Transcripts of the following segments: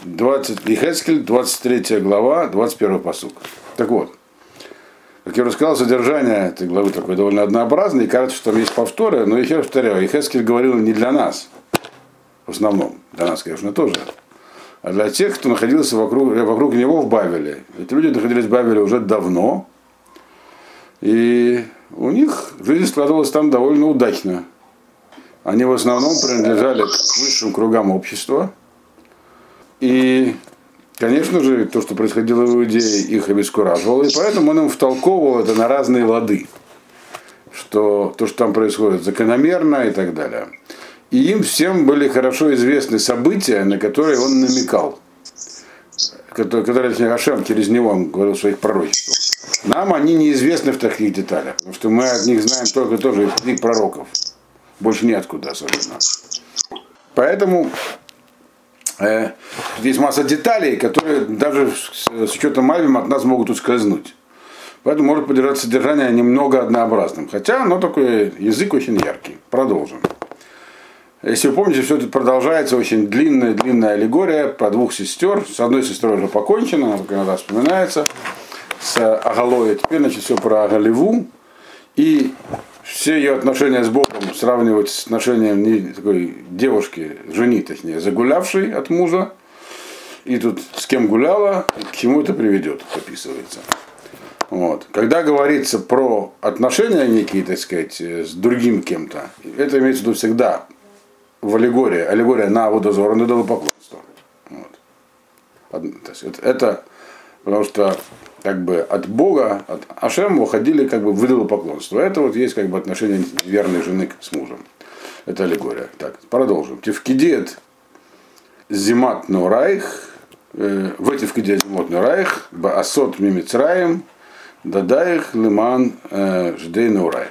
Йехескель, 23 глава, 21 пасук. Так вот, как я уже сказал, содержание этой главы такое довольно однообразное, и кажется, что там есть повторы, но еще раз повторяю, Йехескель говорил не для нас, в основном, для нас, конечно, тоже, а для тех, кто находился вокруг него в Бавеле. Эти люди находились в Бавеле уже давно, и у них жизнь складывалась там довольно удачно. Они в основном принадлежали к высшим кругам общества, и, конечно же, то, что происходило в Иудее, их обескураживало, и поэтому он им втолковывал это на разные лады, что то, что там происходит, закономерно и так далее. И им всем были хорошо известны события, на которые он намекал, которые, точнее, Ашем через него говорил в своих пророчествах. Нам они неизвестны в таких деталях, потому что мы от них знаем только тоже из книг пророков. Больше неоткуда особенно. Поэтому есть масса деталей, которые даже с учетом Авим от нас могут ускользнуть. Поэтому может поддержать содержание немного однообразным. Хотя оно такой, язык очень яркий. Продолжим. Если вы помните, все это продолжается очень длинная аллегория про двух сестер. С одной сестрой уже покончено, она только иногда вспоминается. С Агалой. Теперь, значит, все про Агаливу. И все ее отношения с Богом сравнивать с отношением такой девушки, жени, точнее, загулявшей от мужа. И тут с кем гуляла, и к чему это приведет, описывается. Вот. Когда говорится про отношения некие, так сказать, с другим кем-то, это имеется в виду всегда в аллегория на водозор, на идолопоклонство. Вот. Это потому что как бы от Бога, от Ашема уходили как бы в идолопоклонство. Это вот есть как бы отношение верной жены с мужем. Это аллегория. Так, продолжим. Тевкидет зимат норайх, в Тевкидет зимат норайх, баасот мимицраем, дадаих лиман ждей норайх.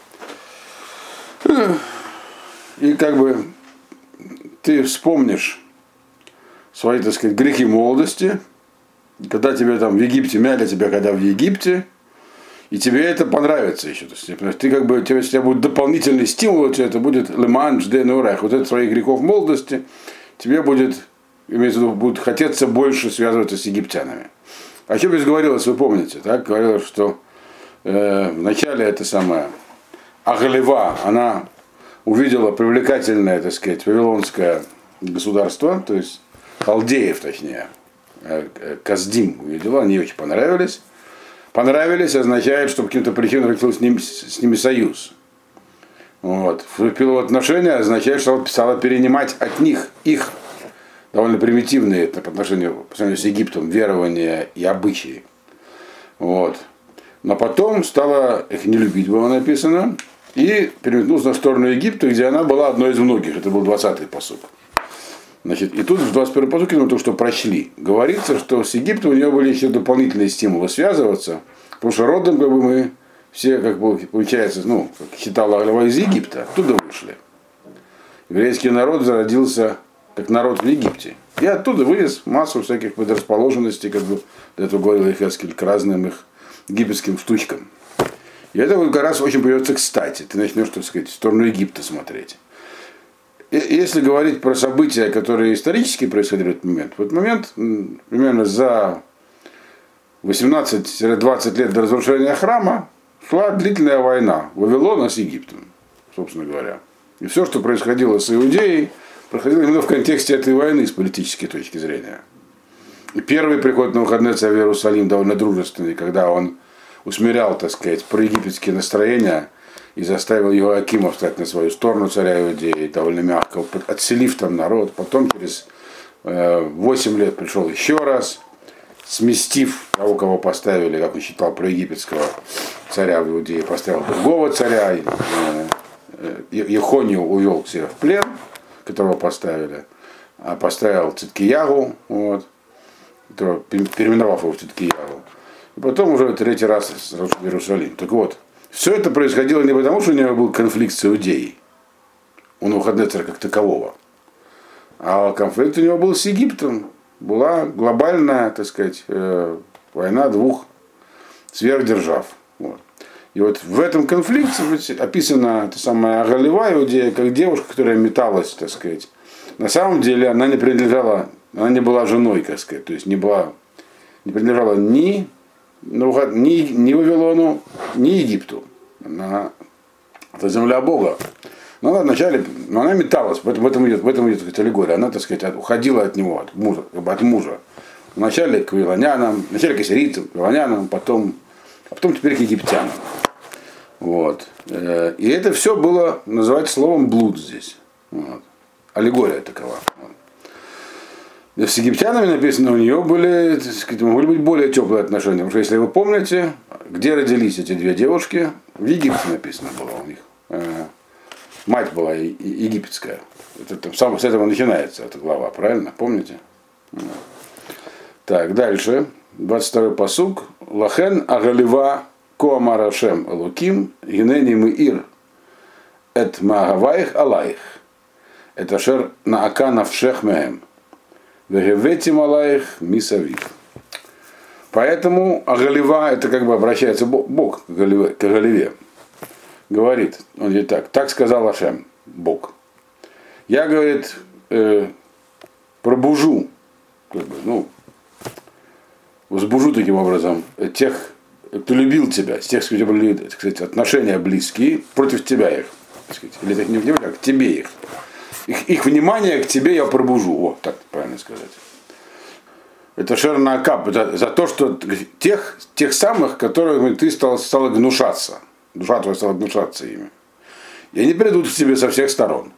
И как бы ты вспомнишь свои, так сказать, грехи молодости, когда тебе там в Египте мяли тебя, когда в Египте, и тебе это понравится еще. То есть, ты как бы, у тебя будет дополнительный стимул, это будет леман жден урах. Вот это своих грехов молодости, тебе будет, имеется в виду, будет хотеться больше связываться с египтянами. О чем здесь говорилось, вы помните, так? Говорилось, что вначале это самое Агалева, она увидела привлекательное, так сказать, вавилонское государство, то есть халдеев, точнее, Каздим увидела, они ей очень понравились. Понравились означает, что по каким-то причинам решил с ними союз. Вот. Вступила в отношения означает, что она стала перенимать от них их довольно примитивные по отношению с Египтом верования и обычаи. Вот. Но потом стала их не любить, было написано, и переметнулась на сторону Египта, где она была одной из многих. Это был 20-й пасук. Значит, и тут в 21-м пасуке, мы только что прочли, говорится, что с Египтом у нее были еще дополнительные стимулы связываться, потому что родом как бы мы все, как бы, получается, ну, как считала Агалева, из Египта, оттуда вышли. Еврейский народ зародился как народ в Египте. И оттуда вывез массу всяких предрасположенностей, как бы для этого говорил Йехескель, к разным их египетским штучкам. И это вот как раз очень придется кстати. Ты начнешь, так сказать, в сторону Египта смотреть. Если говорить про события, которые исторически происходили в этот момент примерно за 18-20 лет до разрушения храма шла длительная война Вавилона с Египтом, собственно говоря. И все, что происходило с Иудеей, происходило именно в контексте этой войны с политической точки зрения. И первый приход Навуходоносора в Иерусалим довольно дружественный, когда он усмирял, так сказать, проегипетские настроения и заставил Иоакима встать на свою сторону, царя Иудеи, довольно мягко, отселив там народ. Потом через 8 лет пришел еще раз, сместив того, кого поставили, как он считал, проегипетского царя в Иудее, поставил другого царя, Ехонию увел к себе в плен, которого поставили, а поставил Циткиягу, вот, переименовав его в Циткиягу. И потом уже третий раз в Иерусалим. Так вот, все это происходило не потому, что у него был конфликт с Иудеей, у Навуходоносора как такового, а конфликт у него был с Египтом. Была глобальная, так сказать, война двух сверхдержав. Вот. И вот в этом конфликте описана та самая Агалева Иудея как девушка, которая металась, так сказать. На самом деле она не принадлежала Она не была женой, как сказать, то есть не принадлежала ни Вавилону, ни Египту. Это земля Бога. Но она вначале, она металась, в этом идет так сказать, аллегория. Она, так сказать, уходила от него, от мужа. Вначале к вавилонянам, вначале к ассирийцам, к вавилонянам, а потом теперь к египтянам. Вот. И это все было называть словом блуд здесь. Вот. Аллегория такова. Вот. С египтянами написано, у нее были, так сказать, могли быть более теплые отношения. Потому что, если вы помните, где родились эти две девушки, в Египте написано было у них. Мать была египетская. С этого начинается эта глава, правильно? Помните? Так, дальше. 22-й пасук. Лахен агалива коамар Ашем элоким гинени меир эт маагаваих алаих. Это шер наака навшех меем. Вегеветим алаих мисавив. Поэтому агалива, это как бы обращается Бог к Агаливе. Говорит, он говорит так сказал Ашем, Бог. Я, говорит, пробужу, возбужу таким образом тех, кто любил тебя, с тех, с кем у тебя были, так сказать, отношения близкие, против тебя их, так сказать, или так не к тебе их. Их внимание к тебе я пробужу, вот так правильно сказать. Это шернакап, это за то, что тех самых, которыми ты стала гнушаться. Душа твоя стала гнушаться ими. И они придут к тебе со всех сторон.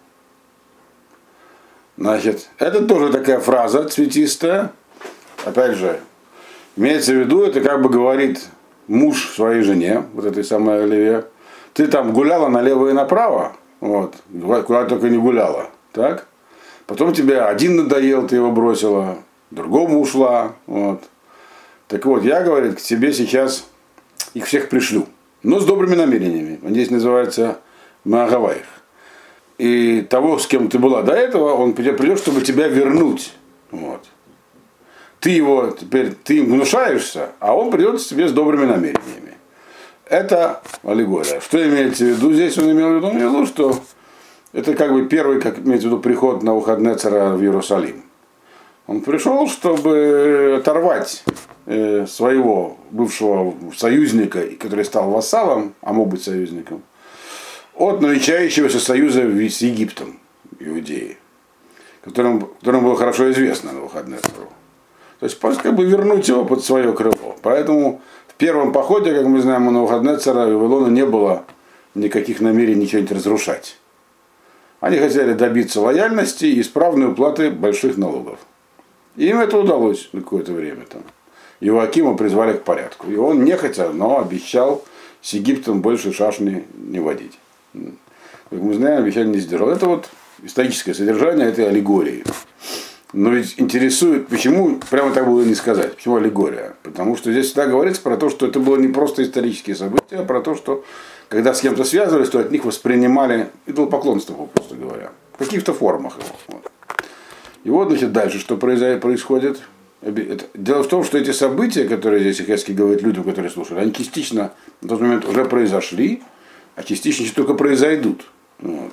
Значит, это тоже такая фраза цветистая. Опять же, имеется в виду, это как бы говорит муж своей жене, вот этой самой Оливе. Ты там гуляла налево и направо, вот, куда только не гуляла, так? Потом тебе один надоел, ты его бросила, другому ушла, вот. Так вот, я, говорит, к тебе сейчас их всех пришлю. Но с добрыми намерениями. Он здесь называется Маагаваих. И того, с кем ты была до этого, он придет, чтобы тебя вернуть. Вот. Ты им гнушаешься, а он придет к тебе с добрыми намерениями. Это аллегория. Что имеется в виду? Здесь он имел в виду? Он имел в виду, что это как бы первый, как имеется в виду, приход Навуходоносора в Иерусалим. Он пришел, чтобы оторвать своего бывшего союзника, который стал вассалом, а мог быть союзником, от намечающегося союза с Египтом, Иудеи, которым было хорошо известно Навуходоносору. То есть просто как бы вернуть его под свое крыло. Поэтому в первом походе, как мы знаем, у Навуходоносора и Вавилона не было никаких намерений ничего-нибудь разрушать. Они хотели добиться лояльности и исправной уплаты больших налогов. И им это удалось на какое-то время там. Иоакима призвали к порядку. И он нехотя, но обещал с Египтом больше шашни не водить. Как мы знаем, обещание не сдержал. Это вот историческое содержание этой аллегории. Но ведь интересует, почему, прямо так было не сказать, почему аллегория? Потому что здесь всегда говорится про то, что это было не просто исторические события, а про то, что когда с кем-то связывались, то от них воспринимали идолопоклонство, просто говоря. В каких-то формах его. Вот. И вот, значит, дальше что происходит. Дело в том, что эти события, которые здесь Ихескель говорит людям, которые слушали, они частично на тот момент уже произошли, а частично еще только произойдут. Вот.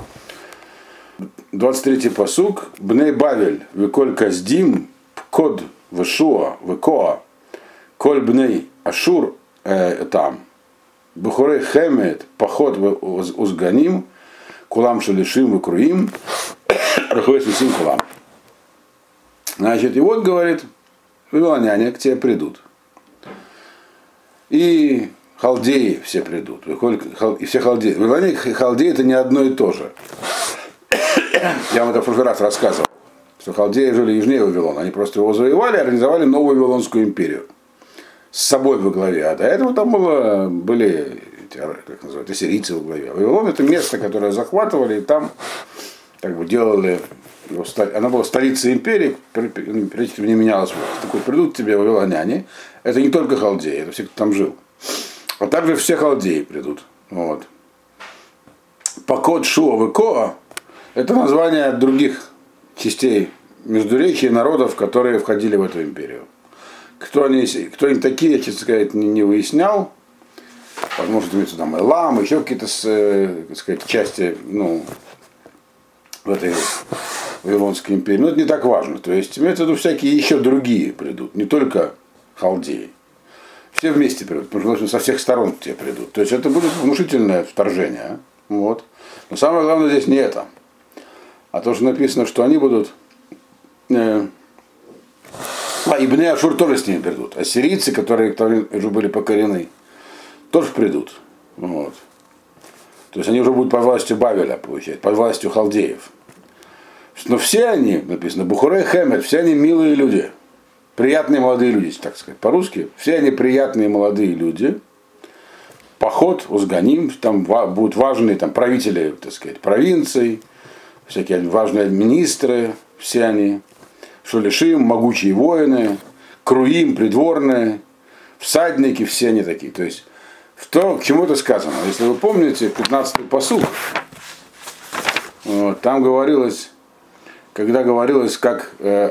23-й пасук. Бней Бавель, веколь каздим, код вешуа, векоа, коль бней ашур там, бухорей хемет, поход узганим, кулам шалишим векруим, рахуэс висим кулам. Значит, и вот, говорит, вавилоняне к тебе придут. И халдеи все придут. И все халдеи. Вавилоняне и халдеи это не одно и то же. Я вам это в прошлый раз рассказывал, что халдеи жили южнее Вавилона. Они просто его завоевали и организовали новую Вавилонскую империю. С собой во главе. А до этого там были, как называют, ассирийцы во главе. Вавилон это место, которое захватывали, и там как бы делали. Она была столицей империи, прежде чем не менялась власть. Так вот, придут тебе вавилоняне, это не только халдеи, это все, кто там жил. А также все халдеи придут. Вот. Покот Шуа Векоа это название других частей Междуречия народов, которые входили в эту империю. Кто они такие, я, честно сказать, не выяснял. Возможно, имеется там Элам, еще какие-то, так сказать, части, в Вавилонской империи. Но это не так важно. То есть имеется в виду всякие еще другие придут, не только халдеи. Все вместе придут, потому что со всех сторон к тебе придут. То есть это будет внушительное вторжение. Вот. Но самое главное здесь не это. А то, что написано, что они будут... Ибн Ашур тоже с ними придут. Ассирийцы, которые уже были покорены, тоже придут. Вот. То есть они уже будут под властью Бавеля, получается, под властью халдеев. Но все они, написано, Бухурей Хемет, все они милые люди. Приятные молодые люди, так сказать. По-русски, все они приятные молодые люди. Поход, Узганим, там будут важные там, правители, так сказать, провинций, всякие важные министры, все они. Шулешим, могучие воины, круим, придворные, всадники, все они такие. То есть, к чему это сказано? Если вы помните, 15-й пасук, вот, там говорилось, когда говорилось, как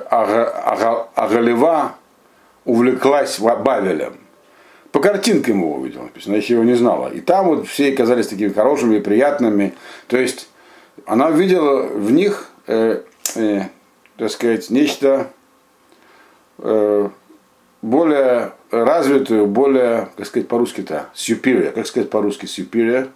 Агалева увлеклась Бавелем. По картинкам его увидел, написано, я еще его не знала. И там вот все казались такими хорошими, приятными. То есть, она видела в них... так сказать, нечто более развитую, более, как сказать по-русски-то, superior. Как сказать по-русски superior?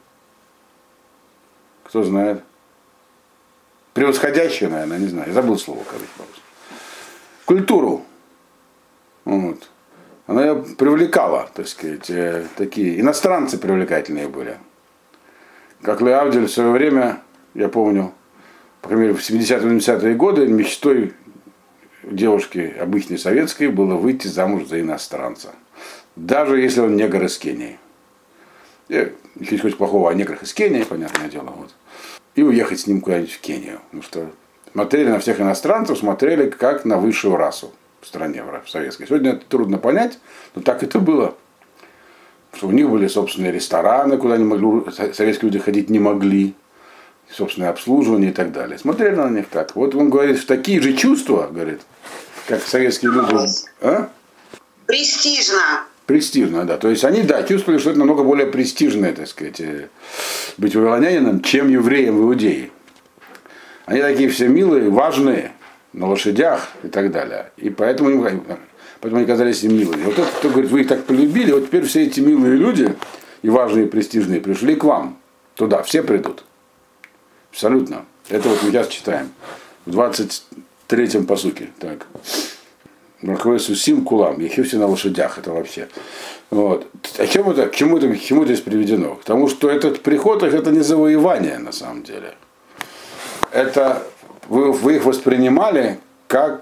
Кто знает? Превосходящее, наверное, не знаю. Я забыл слово, короче, по-русски. Культуру. Вот. Она ее привлекала, так сказать, такие иностранцы привлекательные были. Как Леавдиль в свое время, я помню, по крайней мере, в 70-80-е годы мечтой девушки обычной советской было выйти замуж за иностранца. Даже если он негр из Кении. Ничего хоть плохого о неграх из Кении, понятное дело. Вот. И уехать с ним куда-нибудь в Кению. Потому что смотрели на всех иностранцев, смотрели как на высшую расу в стране, в советской. Сегодня это трудно понять, но так это было. Что у них были собственные рестораны, куда они могли, советские люди ходить не могли. Собственное обслуживание и так далее. Смотрели на них так. Вот он говорит, что такие же чувства, говорит, как советские люди. А? Престижно. Престижно, да. То есть они, да, чувствовали, что это намного более престижное, так сказать, быть вавилонянином, чем евреем в Иудее. Они такие все милые, важные, на лошадях и так далее. И поэтому они казались им милыми. Вот тот, кто говорит, вы их так полюбили, вот теперь все эти милые люди, и важные, и престижные, пришли к вам. Туда, все придут. Абсолютно. Это вот мы сейчас читаем. В 23-м пасуке. Так. Сусим кулам. Еще все на лошадях. Это вообще. Вот. А к чему здесь приведено? К тому, что этот приход их это не завоевание на самом деле. Это вы их воспринимали как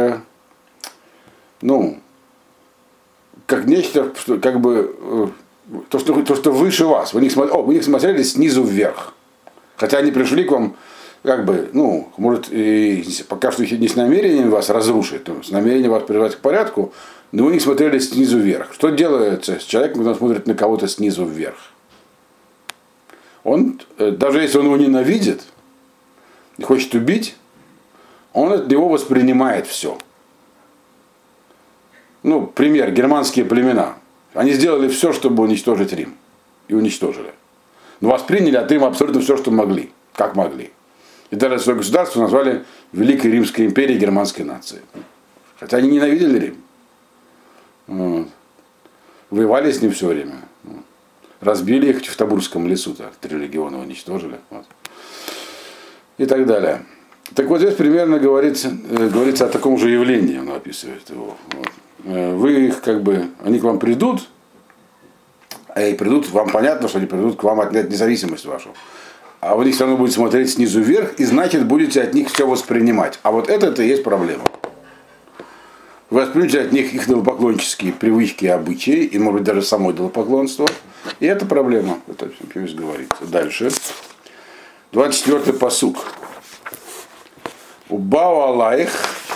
как нечто, как бы то, что выше вас. Вы них смотрели снизу вверх. Хотя они пришли к вам, как бы, может, и пока что не с намерением вас разрушить, с намерением вас привести к порядку, но вы не смотрели снизу вверх. Что делается с человеком, когда он смотрит на кого-то снизу вверх? Он, даже если он его ненавидит и хочет убить, он от него воспринимает все. Пример, германские племена. Они сделали все, чтобы уничтожить Рим. И уничтожили. Но восприняли от Рима абсолютно все, что могли, как могли. И даже свое государство назвали Великой Римской империей германской нации. Хотя они ненавидели Рим. Вот. Воевали с ним все время. Разбили их в Тевтобургском лесу, 3 легиона уничтожили. Вот. И так далее. Так вот здесь примерно говорится о таком же явлении, он описывает его. Вот. Вы их они к вам придут, и придут, вам понятно, что они придут к вам отнять независимость вашу. А вы их все равно будете смотреть снизу вверх, и значит будете от них все воспринимать. А вот это и есть проблема. Вы воспримете от них их идолопоклонческие привычки и обычаи, и может быть даже само идолопоклонство. И это проблема. Это здесь говорится. Дальше. 24-й пасук. Убау алаих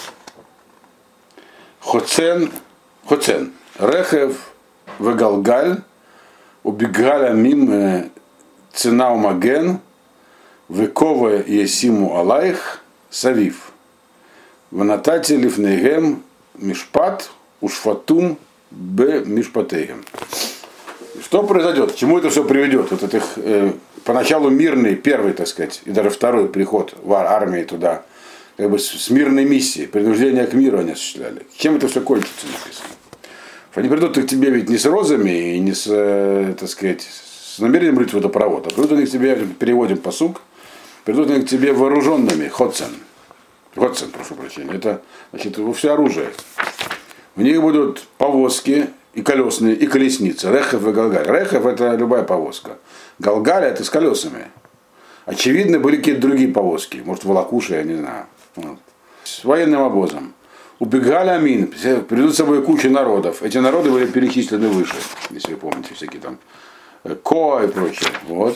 хоцен рехев вегалгаль убегаля мим цена умаген векова есиму алаих савив ванатати лифнегем мишпат ушфатум б мишпатегем. Что произойдет? К чему это все приведет? Вот поначалу мирный первый, так сказать, и даже второй приход в армии туда как бы с мирной миссией, принуждение к миру они осуществляли. Чем это все кончится, написано? Они придут к тебе ведь не с розами и не с, так сказать, с намерением рыть водопровод, а придут они к тебе, переводим пасук, придут они к тебе вооруженными, ходцен, прошу прощения, это значит все оружие. У них будут повозки и колесные, и колесницы, рехев и галгаль. Рехев это любая повозка. Галгаль это с колесами. Очевидно, были какие-то другие повозки, может волокуши, я не знаю. Вот. С военным обозом. Убегали амин, придут с собой куча народов. Эти народы были перечислены выше, если вы помните, всякие там Ко и прочее. Вот.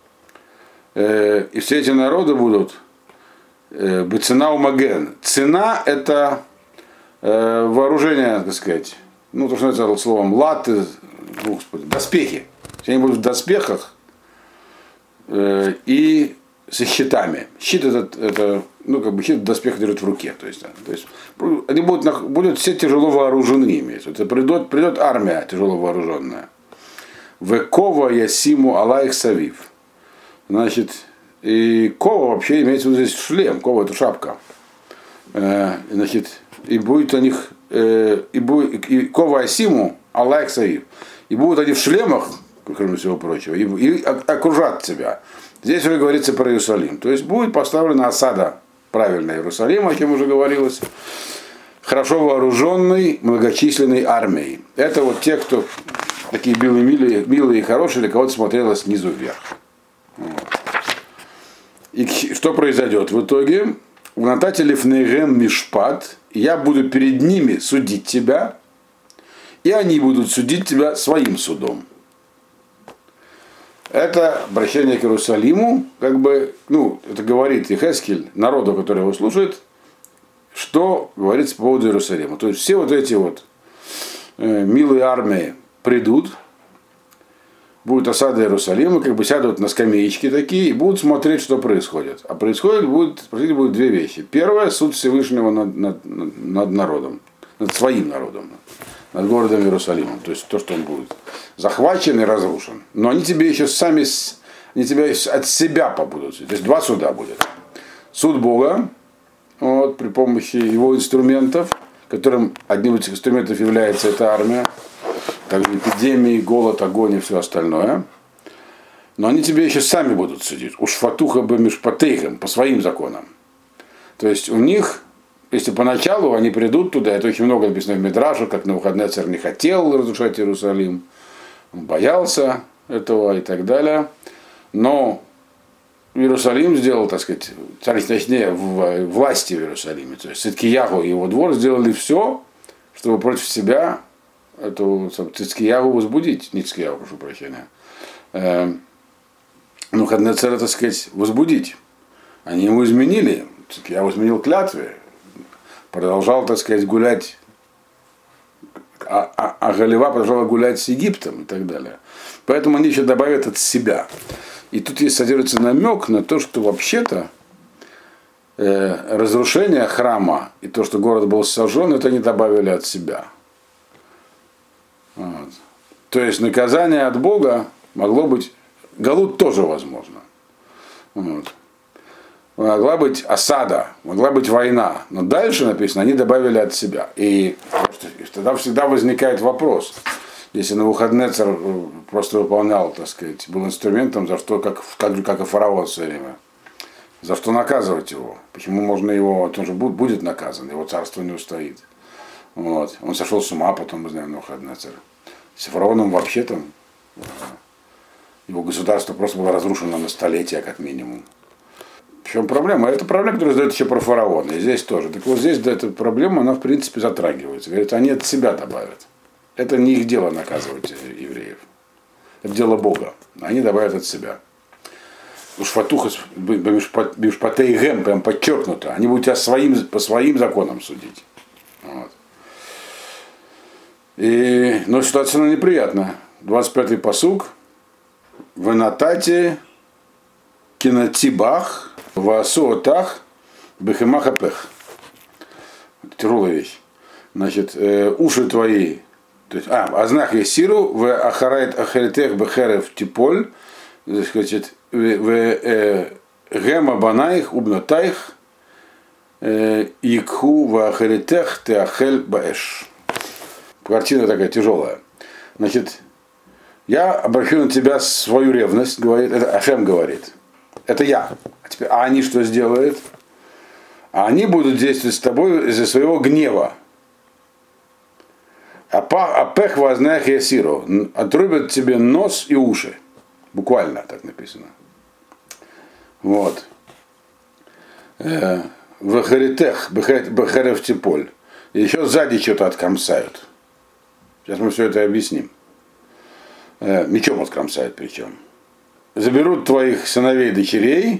И все эти народы будут цена у маген. Цена это вооружение, так сказать, ну, то, что называется словом латы, господи, доспехи. Все они будут в доспехах и со щитами. Щит это ну, как бы щит доспех держит в руке. То есть они будут все тяжело вооружены, имеется. Это придет армия тяжело вооруженная. Векова ясиму алаих савив. Значит, и кова вообще имеется вот здесь шлем, кова это шапка. Значит, и будет у них и кова асиму алаих савив. И будут они в шлемах, кроме всего прочего, и окружат тебя. Здесь уже говорится про Иерусалим. То есть будет поставлена осада правильная Иерусалима, о чем уже говорилось, хорошо вооруженной, многочисленной армией. Это вот те, кто такие милые и хорошие, для кого-то смотрело снизу вверх. Вот. И что произойдет в итоге? В Натате Лифнейгем Мишпат, я буду перед ними судить тебя, и они будут судить тебя своим судом. Это обращение к Иерусалиму, как бы, ну, это говорит Йехескель, народу, который его слушает, что говорится по поводу Иерусалима. То есть все вот эти вот милые армии придут, будет осада Иерусалима, как бы сядут на скамеечки такие и будут смотреть, что происходит. А происходит будет две вещи. Первое, суд Всевышнего над народом, над своим народом, над городом Иерусалимом. То есть то, что он будет захвачен и разрушен. Но они тебе еще сами, они тебя от себя побудут. То есть два суда будет. Суд Бога, вот, при помощи его инструментов, которым одним из этих инструментов является эта армия, также эпидемии, голод, огонь и все остальное. Но они тебе еще сами будут судить. Уж фатуха бы мишпатейхем, по своим законам. То есть у них, если поначалу они придут туда, это очень много написано в Мидраше, как Навуходоносор не хотел разрушать Иерусалим, он боялся этого и так далее. Но Иерусалим сделал, так сказать, точнее, власти в Иерусалиме, то есть Циткиягу и его двор сделали все, чтобы против себя эту Циткиягу возбудить, не Циткиягу, прошу прощения, Навуходоносора, так сказать, возбудить. Они ему изменили, Циткиягу изменил клятвы, продолжал, так сказать, гулять, а Галива продолжала гулять с Египтом и так далее. Поэтому они еще добавят от себя. И тут есть содержится намек на то, что вообще-то разрушение храма и то, что город был сожжен, это они добавили от себя. Вот. То есть наказание от Бога могло быть, галут тоже возможно. Вот. Могла быть осада, могла быть война. Но дальше написано, они добавили от себя. И тогда всегда возникает вопрос. Если Навуходоносор просто выполнял, так сказать, был инструментом, за что, как и фараон все время, за что наказывать его? Почему можно его, он же будет наказан, его царство не устоит. Вот. Он сошел с ума, потом мы знаем Навуходоносор. С фараоном вообще там его государство просто было разрушено на столетия, как минимум. В чем проблема? Это проблема, которая задает еще про фараона. И здесь тоже. Так вот здесь эта проблема, она в принципе затрагивается. Говорит, они от себя добавят. Это не их дело наказывать евреев. Это дело Бога. Они добавят от себя. Уж фатуха бимшпатейгем прям подчеркнуто. Они будут тебя по своим законам судить. Вот. Но ситуация неприятная. 25-й пасук. В Натате кинатибах ваасуотах бехемахапех. Тяжелая вещь. Значит, уши твои, то есть, азнах есиру, в ахарайт ахаритех бехерев типоль, значит, в гема банаих убнатаих Икху вахаритех теахель баэш. Картина такая тяжелая. Значит, я обращу на тебя свою ревность, говорит, это Ашем говорит. Это я. А они что сделают? А они будут действовать с тобой из-за своего гнева. Апех вознах ясиру. Отрубят тебе нос и уши. Буквально так написано. Вот. Вахаритех, бахарев типоль. И еще сзади что-то откромсают. Сейчас мы все это объясним. Мечом откромсают причем. Заберут твоих сыновей и дочерей,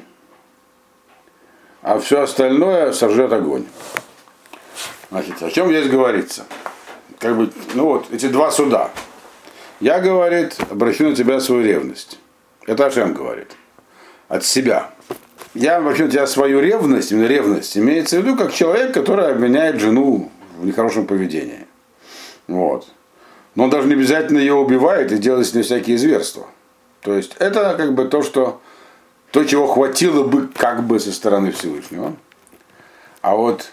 а все остальное сожжет огонь. Значит, о чем здесь говорится? Как бы, ну вот, эти два суда. Я, говорит, обращу на тебя свою ревность. Это Ашем говорит. От себя. Я обращу на тебя свою ревность, именно ревность, имеется в виду как человек, который обвиняет жену в нехорошем поведении. Вот. Но он даже не обязательно ее убивает и делает с ней всякие зверства. То есть это как бы то, чего хватило бы как бы со стороны Всевышнего. А вот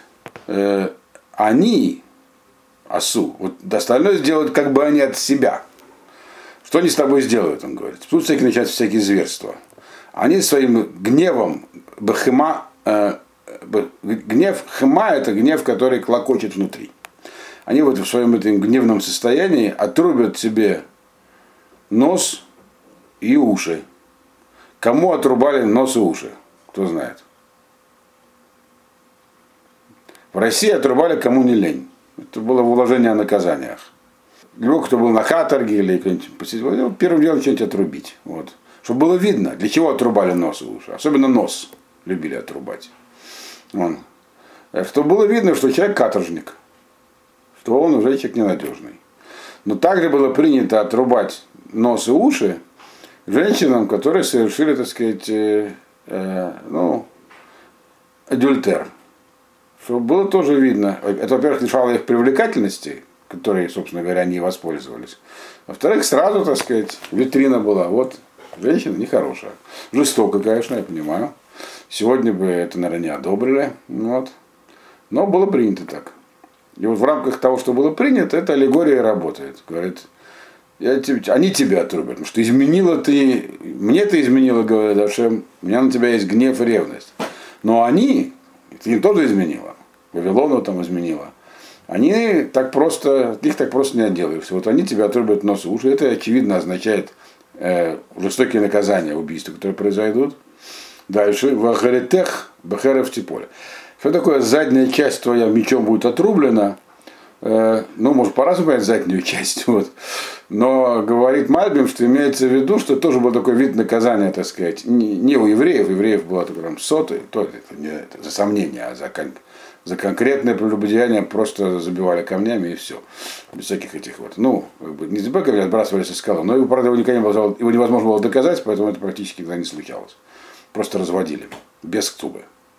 они, Асу, вот остальное сделают как бы они от себя. Что они с тобой сделают, он говорит. Тут начать всякие зверства. Они своим гневом, гнев хема, это гнев, который клокочет внутри. Они вот в своем этом гневном состоянии отрубят себе нос и уши. Кому отрубали нос и уши? Кто знает? В России отрубали кому не лень. Это было вложение о наказаниях. Любой, кто был на каторге или кто-нибудь посетил, первым делом что-нибудь отрубить. Вот. Чтобы было видно, для чего отрубали нос и уши. Особенно нос любили отрубать. Вон. Чтобы было видно, что человек каторжник. Что он уже человек ненадежный. Но также было принято отрубать нос и уши женщинам, которые совершили, так сказать, адюльтер. Чтобы было тоже видно. Это, во-первых, лишало их привлекательности, которой, собственно говоря, они воспользовались. Во-вторых, сразу, так сказать, витрина была. Вот, женщина нехорошая. Жестоко, конечно, я понимаю. Сегодня бы это, наверное, не одобрили. Вот. Но было принято так. И вот в рамках того, что было принято, эта аллегория работает. Говорит, они тебя отрубят. Потому что изменила ты, мне ты изменила, говорит Ашем, у меня на тебя есть гнев и ревность. Но они, ты им тоже изменила. Вавилону там изменила. Они так просто, их так просто не отделаешься. Вот они тебя отрубят нос и уши. Это, очевидно, означает жестокие наказания, убийства, которые произойдут. Дальше. Вахаритех бахерев типоле. Что такое задняя часть твоя мечом будет отрублена? Может по-разному понять заднюю часть. Вот. Но говорит Мальбим, что имеется в виду, что тоже был такой вид наказания, так сказать, не у евреев. У евреев было такое там соты, то это не это, за сомнение, а за конкретное прелюбодеяние просто забивали камнями и все. Без всяких этих вот. Не забывали, отбрасывали со скалы, но его, правда, его невозможно было доказать, поэтому это практически никогда не случалось. Просто разводили. Без ктубы.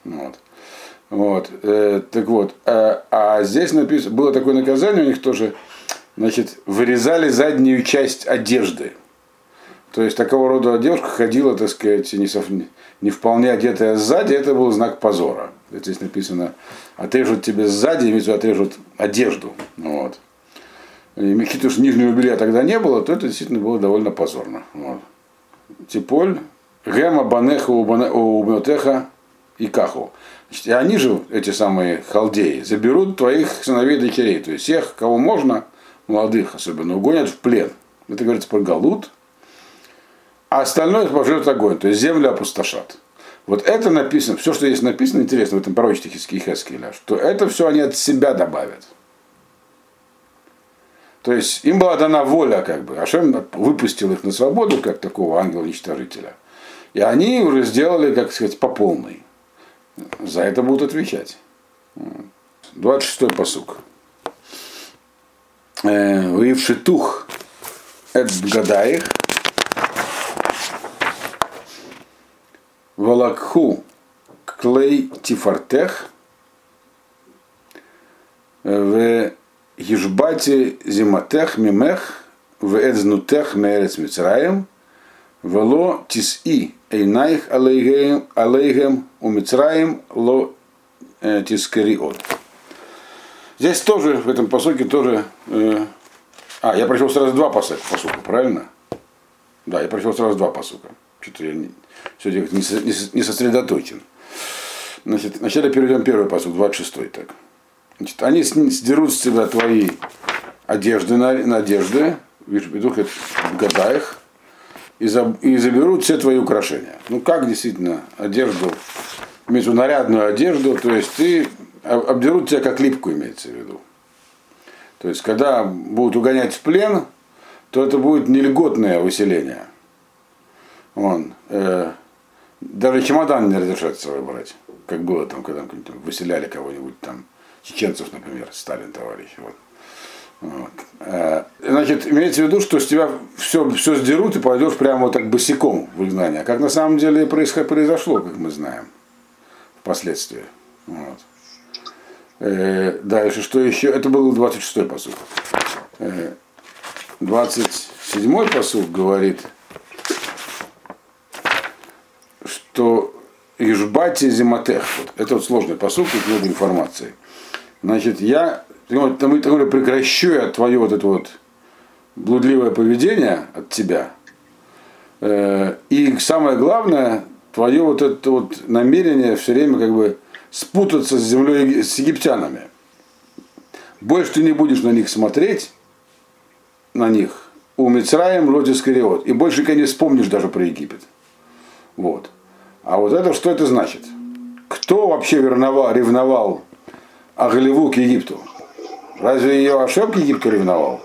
Вот. Так вот, а здесь написано, было такое наказание у них тоже, значит, вырезали заднюю часть одежды. То есть такого рода девушка ходила, так сказать, не вполне одетая сзади, это был знак позора. Здесь написано, отрежут тебе сзади, имеется в виду, отрежут одежду. Вот. И учитывая, что нижнего белья тогда не было, то это действительно было довольно позорно. Вот. Типоль, гема банеха убнотеха и каху. И они же, эти самые халдеи, заберут твоих сыновей и дочерей. То есть всех, кого можно, молодых особенно, угонят в плен. Это говорится про галут. А остальное пожрет огонь. То есть землю опустошат. Вот это написано, все, что здесь написано, интересно в этом пророчестве Хескеля, что это все они от себя добавят. То есть им была дана воля, как бы. Ашем выпустил их на свободу, как такого ангела-уничтожителя. И они уже сделали, как сказать, по полной. За это будут отвечать. 26-й пасук. Вившитух эт бгадаих валакху клей тифартех в ежбати зиматех мимех в эдзнутех мерец мицраем вело тиси эйнаих алейгем у Мицраим ло Тискариот. Здесь тоже, в этом посоке тоже... я прочел сразу два посока, правильно? Да, я прочел сразу два посока. Что-то я сегодня не сосредоточен. Значит, вначале перейдем первый посок, 26-й. Так. Значит, они сдерут с тебя твои одежды, ведут в гадаях, и заберут все твои украшения. Ну как действительно одежду, имеется в виду нарядную одежду, то есть обдерут тебя как липку, имеется в виду. То есть когда будут угонять в плен, то это будет не льготное выселение. Даже чемодан не разрешат с собой брать, как было там, когда выселяли кого-нибудь там, чеченцев, например, Сталин товарищ. Значит, имеется в виду, что с тебя все сдерут и пойдешь прямо вот так босиком в изгнание. Как на самом деле произошло, как мы знаем, впоследствии. Дальше, что еще? Это был 26-й посук. 27-й посук говорит, что Ижбати Зиматех. Это вот сложный посук, тут много информации. Значит, я прекращу твое вот это вот блудливое поведение от тебя. И самое главное, твое вот это вот намерение все время как бы спутаться с землей, с египтянами. Больше ты не будешь на них смотреть, у Мицраим Лоти Скариот, и больше ты не вспомнишь даже про Египет. Вот. А вот это что это значит? Кто вообще ревновал Агалеву к Египту? Разве ее Ашем к Египту ревновал?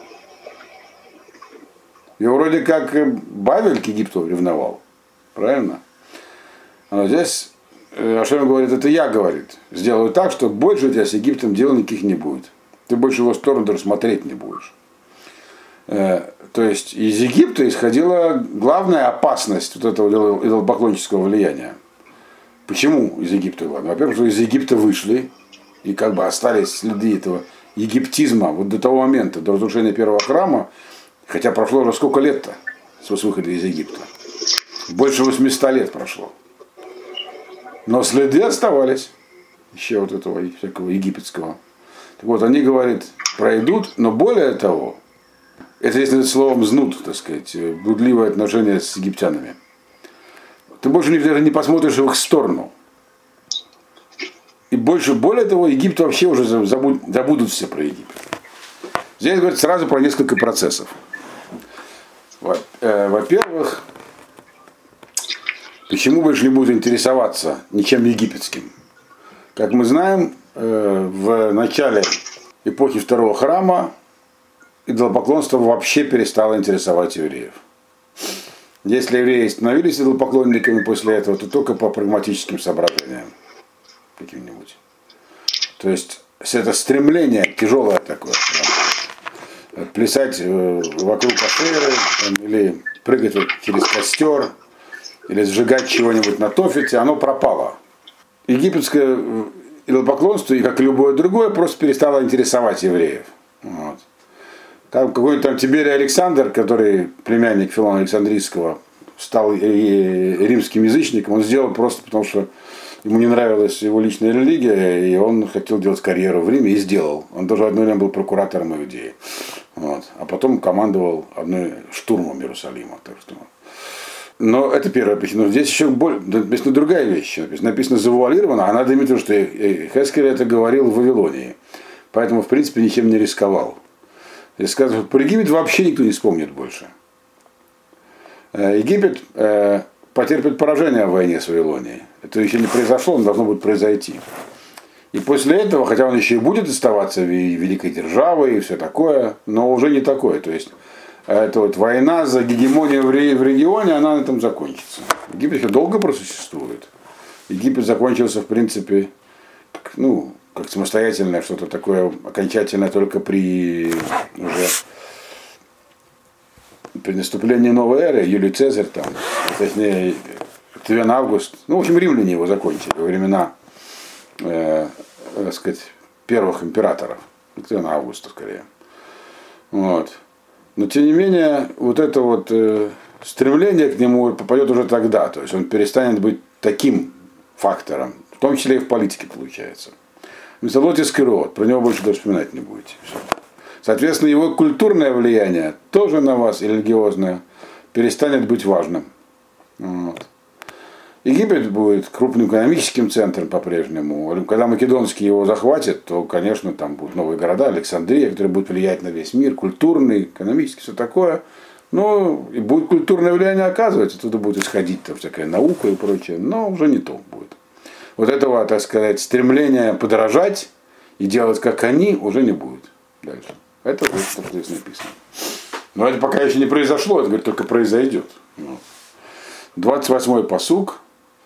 И вроде как Бавель к Египту ревновал. Правильно? Но здесь Ашем говорит, это я, говорит, сделаю так, что больше у тебя с Египтом дел никаких не будет. Ты больше его сторону даже смотреть не будешь. То есть из Египта исходила главная опасность вот этого идолопоклоннического влияния. Почему из Египта главное? Во-первых, что из Египта вышли, и как бы остались следы этого египтизма вот до того момента, до разрушения первого храма, хотя прошло уже сколько лет-то с выхода из Египта. Больше 800 лет прошло. Но следы оставались еще вот этого всякого египетского. Так вот, они, говорят, пройдут, но более того, это если словом знут, так сказать, блудливое отношение с египтянами. Ты больше даже не посмотришь в их сторону. И более того, Египет вообще уже забудут все про Египет. Здесь говорят сразу про несколько процессов. Во-первых, почему больше не будут интересоваться ничем египетским? Как мы знаем, в начале эпохи второго храма идолопоклонство вообще перестало интересовать евреев. Если евреи становились идолопоклонниками после этого, то только по прагматическим соображениям каким-нибудь. То есть это стремление тяжелое такое, плясать вокруг Ашеры, или прыгать через костер, или сжигать чего-нибудь на тофете, оно пропало. Египетское идолопоклонство, и как и любое другое, просто перестало интересовать евреев. Вот. Какой-нибудь там Тиберий Александр, который племянник Филона Александрийского, стал римским язычником, он сделал просто потому, что ему не нравилась его личная религия, и он хотел делать карьеру в Риме, и сделал. Он даже одно время был прокуратором Иудеи. Вот. А потом командовал штурмом Иерусалима. Так что. Но это первая причина. Но здесь еще написана другая вещь. Написано завуалировано, а надо иметь в виду, что Хескель это говорил в Вавилонии. Поэтому, в принципе, ничем не рисковал. И сказано, что про Египет вообще никто не вспомнит больше. Египет потерпит поражение в войне с Вавилонией. Это еще не произошло, но должно будет произойти. И после этого, хотя он еще и будет оставаться великой державой и все такое, но уже не такое. То есть эта вот война за гегемонию в регионе, она на этом закончится. Египет еще долго просуществует. Египет закончился, в принципе, как самостоятельное что-то такое окончательное только при наступлении новой эры, Юлий Цезарь, точнее, Октавиан Август, в общем, римляне его закончили во времена, так сказать, первых императоров, Октавиана Августа скорее. Вот. Но тем не менее, вот это вот стремление к нему попадет уже тогда, то есть он перестанет быть таким фактором, в том числе и в политике получается. Мисолотис род, про него больше даже вспоминать не будете. Все. Соответственно, его культурное влияние тоже на вас, и религиозное, перестанет быть важным. Вот. Египет будет крупным экономическим центром по-прежнему. Когда Македонский его захватит, то, конечно, там будут новые города, Александрия, которые будут влиять на весь мир, культурный, экономический, все такое. Ну, и будет культурное влияние оказывать, оттуда будет исходить там всякая наука и прочее, но уже не то будет. Вот этого, так сказать, стремления подражать и делать как они уже не будет дальше. Это вот что здесь написано. Но это пока еще не произошло, это, говорит, только произойдет. 28-й пасук.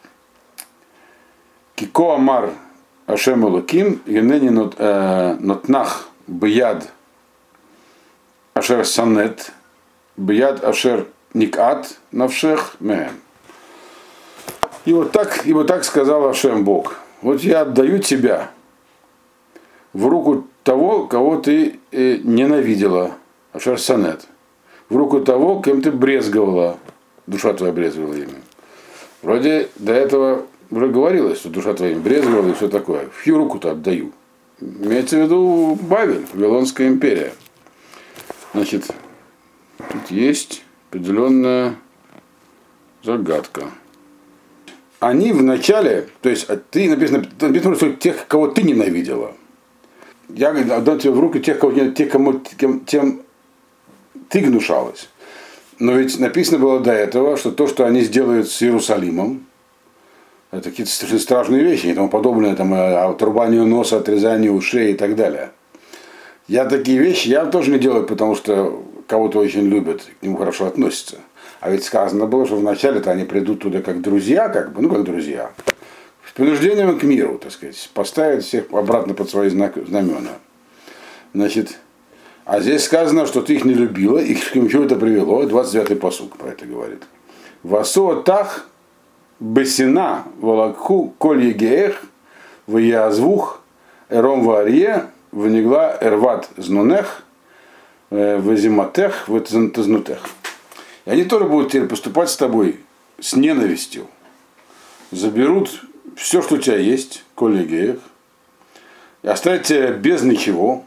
Кико амар Ашем Элоким, Юнени нотнах бияд Ашер санет, бияд Ашер никат навшех меем. И вот так сказал Ашем Бог. Вот я отдаю тебя в руку того, кого ты ненавидела, Ашер санет, в руку того, кем ты брезговала, душа твоя брезговала ими. Вроде до этого уже говорилось, что душа твоя брезговала и все такое. В чью руку-то отдаю? Имеется в виду Бавель, Вавилонская империя. Значит, тут есть определенная загадка. Они вначале, то есть ты написано, что тех, кого ты ненавидела. Я отдам тебе в руки тем ты гнушалась. Но ведь написано было до этого, что то, что они сделают с Иерусалимом, это какие-то страшные вещи и тому подобное, там, отрубанию носа, отрезанию ушей и так далее. Я такие вещи я тоже не делаю, потому что кого-то очень любят, к нему хорошо относятся. А ведь сказано было, что вначале-то они придут туда как друзья, как друзья, с принуждением к миру, так сказать, поставят всех обратно под свои знамена. Значит, а здесь сказано, что ты их не любила, и к чему это привело, 29-й пасук про это говорит. Васуотах бесина волокху коль егеэх ваязвух эром варье внегла эрват знунех вазиматех ватзнутех. И они тоже будут теперь поступать с тобой с ненавистью. Заберут все, что у тебя есть, коль егеэх, и оставят тебя без ничего.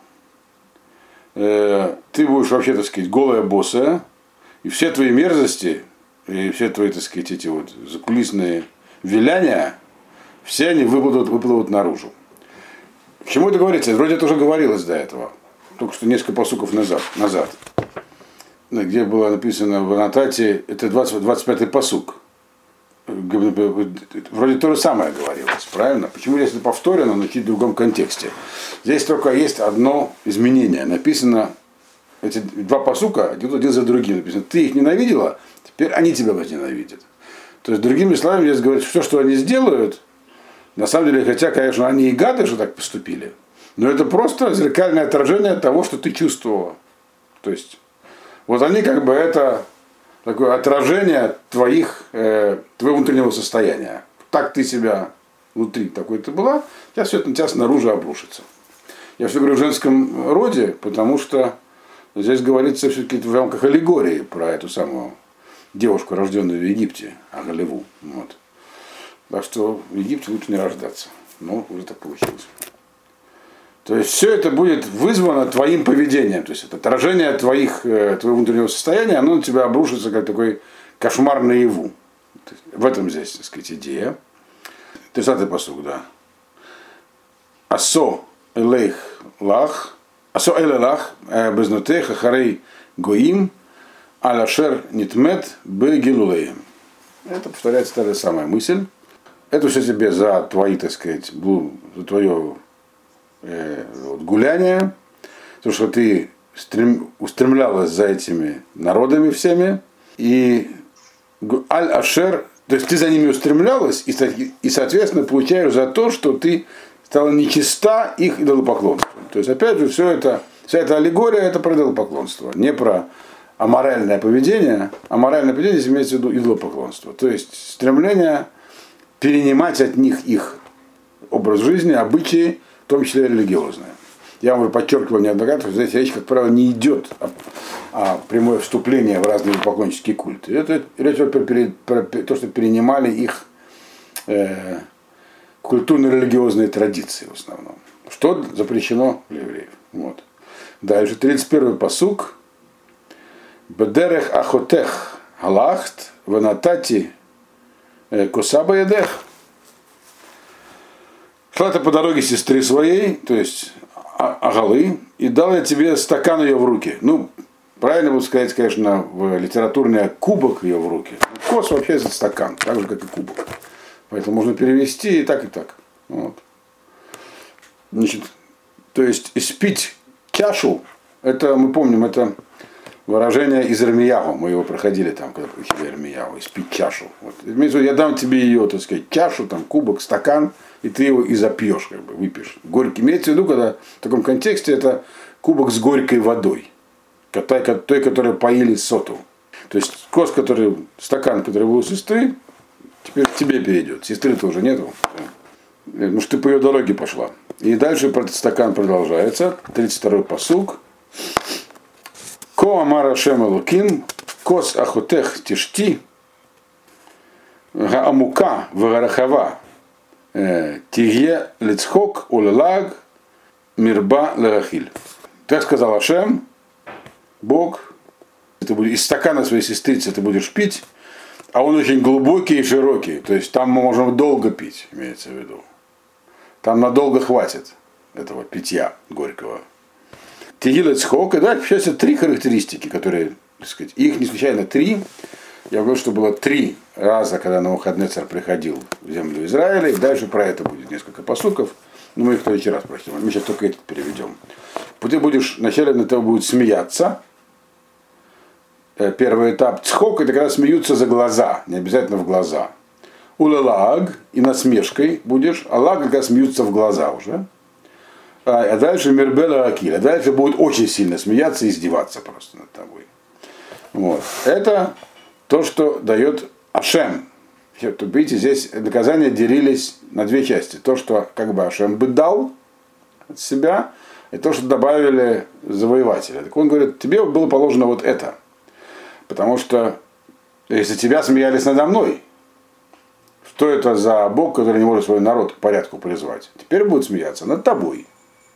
Ты будешь вообще, так сказать, голая босая, и все твои мерзости, и все твои, так сказать, эти вот закулисные виляния, все они выплывут наружу. К чему это говорится? Вроде это уже говорилось до этого, только что несколько пасуков назад, где было написано в аннотате, это 25-й пасук. Вроде то же самое говорилось, правильно? Почему здесь это повторено, но чуть в другом контексте? Здесь только есть одно изменение. Написано, эти два пасука, один за другим написано. Ты их ненавидела, теперь они тебя возненавидят. То есть, другими словами, здесь говорится, все, что они сделают, на самом деле, хотя, конечно, они и гады, что так поступили, но это просто зеркальное отражение того, что ты чувствовала. То есть, вот они как бы это такое отражение твоего внутреннего состояния. Так ты себя внутри такой ты была, сейчас все это на тебя снаружи обрушится. Я все говорю в женском роде, потому что здесь говорится все-таки в рамках аллегории про эту самую девушку, рожденную в Египте, Агалеву. Вот. Так что в Египте лучше не рождаться. Но уже так получилось. То есть все это будет вызвано твоим поведением. То есть это отражение твоего внутреннего состояния, оно на тебя обрушится как такой кошмар наяву. В этом здесь, так сказать, идея. 30-й пасук, да. Асо элех лах, асо элелах безнотех ахарей гоим алашер нитмет бегилулеем. Это повторяется та же самая мысль. Это все тебе за твои, так сказать, за твое гуляние, то, что ты устремлялась за этими народами всеми, и аль-ашер, то есть ты за ними устремлялась, и, соответственно, получаешь за то, что ты стала нечиста их идолопоклонством. То есть, опять же, вся эта аллегория, это про идолопоклонство, не про аморальное поведение. Аморальное поведение здесь имеется в виду идолопоклонство. То есть, стремление перенимать от них их образ жизни, обычаи, в том числе религиозные. Я вам уже подчеркивал неоднократно, что здесь речь, как правило, не идет о прямое вступление в разные поклоннические культы. Это речь про то, что перенимали их культурно-религиозные традиции в основном. что запрещено для евреев. Вот. Дальше 31-й пасук. Бедерех ахотех галахт ванатати косаба едех. Шла ты по дороге сестры своей, то есть Агалы, и дал я тебе стакан ее в руки. Ну, правильно будет сказать, конечно, в литературное кубок ее в руки. Кос вообще это стакан, так же, как и кубок. Поэтому можно перевести и так, и так. Вот. Значит, то есть испить чашу, это мы помним, это выражение из Ирмиягу. Мы его проходили там, когда проходили Ирмиягу, испить чашу. Вот. Я дам тебе ее, так сказать, чашу, там, кубок, стакан, и ты его и запьешь, как бы, выпьешь. Горький. Имеется в виду, когда в таком контексте это кубок с горькой водой. Той, которую поили соту. То есть кос, стакан, который был у сестры, теперь к тебе перейдет. Сестры-то уже нету. Ну что ты по ее дороге пошла. И дальше стакан продолжается. 32-й пасук. Ко амара шем элоким, кос ахотех тишти, гаамука вагарахава, тигье лицхок улалаг мирба лерахиль. Так сказал Ашем, Бог, из стакана своей сестрицы ты будешь пить, а он очень глубокий и широкий, то есть там мы можем долго пить, имеется в виду. Там надолго хватит этого питья горького. Тигилец хок, и да, сейчас 3 характеристики, которые, так сказать, их не случайно 3. Я говорю, что было 3 раза, когда Навуходоносор приходил в землю Израиля, и дальше про это будет несколько пасуков, но мы их в следующий раз прочтем. Мы сейчас только этот переведем. Ты будешь, вначале на того будет смеяться. Первый этап цхок, это когда смеются за глаза, не обязательно в глаза. Улалаг, и насмешкой будешь, а лаг, когда смеются в глаза уже. А дальше мирбела акиль, а дальше будет очень сильно смеяться и издеваться просто над тобой. Вот. Это то, что дает Ашем. Видите, здесь наказания делились на 2 части. То, что как бы Ашем бы дал от себя, и то, что добавили завоеватели. Так он говорит, тебе было положено вот это. Потому что если тебя смеялись надо мной, что это за Бог, который не может свой народ к порядку призвать? Теперь будут смеяться над тобой.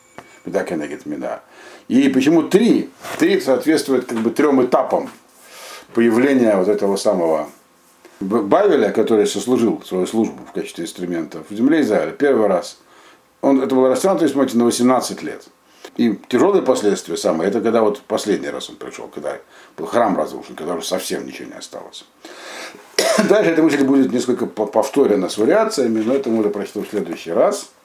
И почему 3? 3 соответствует как бы 3 этапам появления вот этого самого Бавеля, который сослужил свою службу в качестве инструмента в земле Израиля. Первый раз. Это было растянуто, смотрите, на 18 лет. И тяжелые последствия самые, это когда вот последний раз он пришел, когда был храм разрушен, когда уже совсем ничего не осталось. Дальше эта мысль будет несколько повторена с вариациями, но это мы уже прочтем в следующий раз.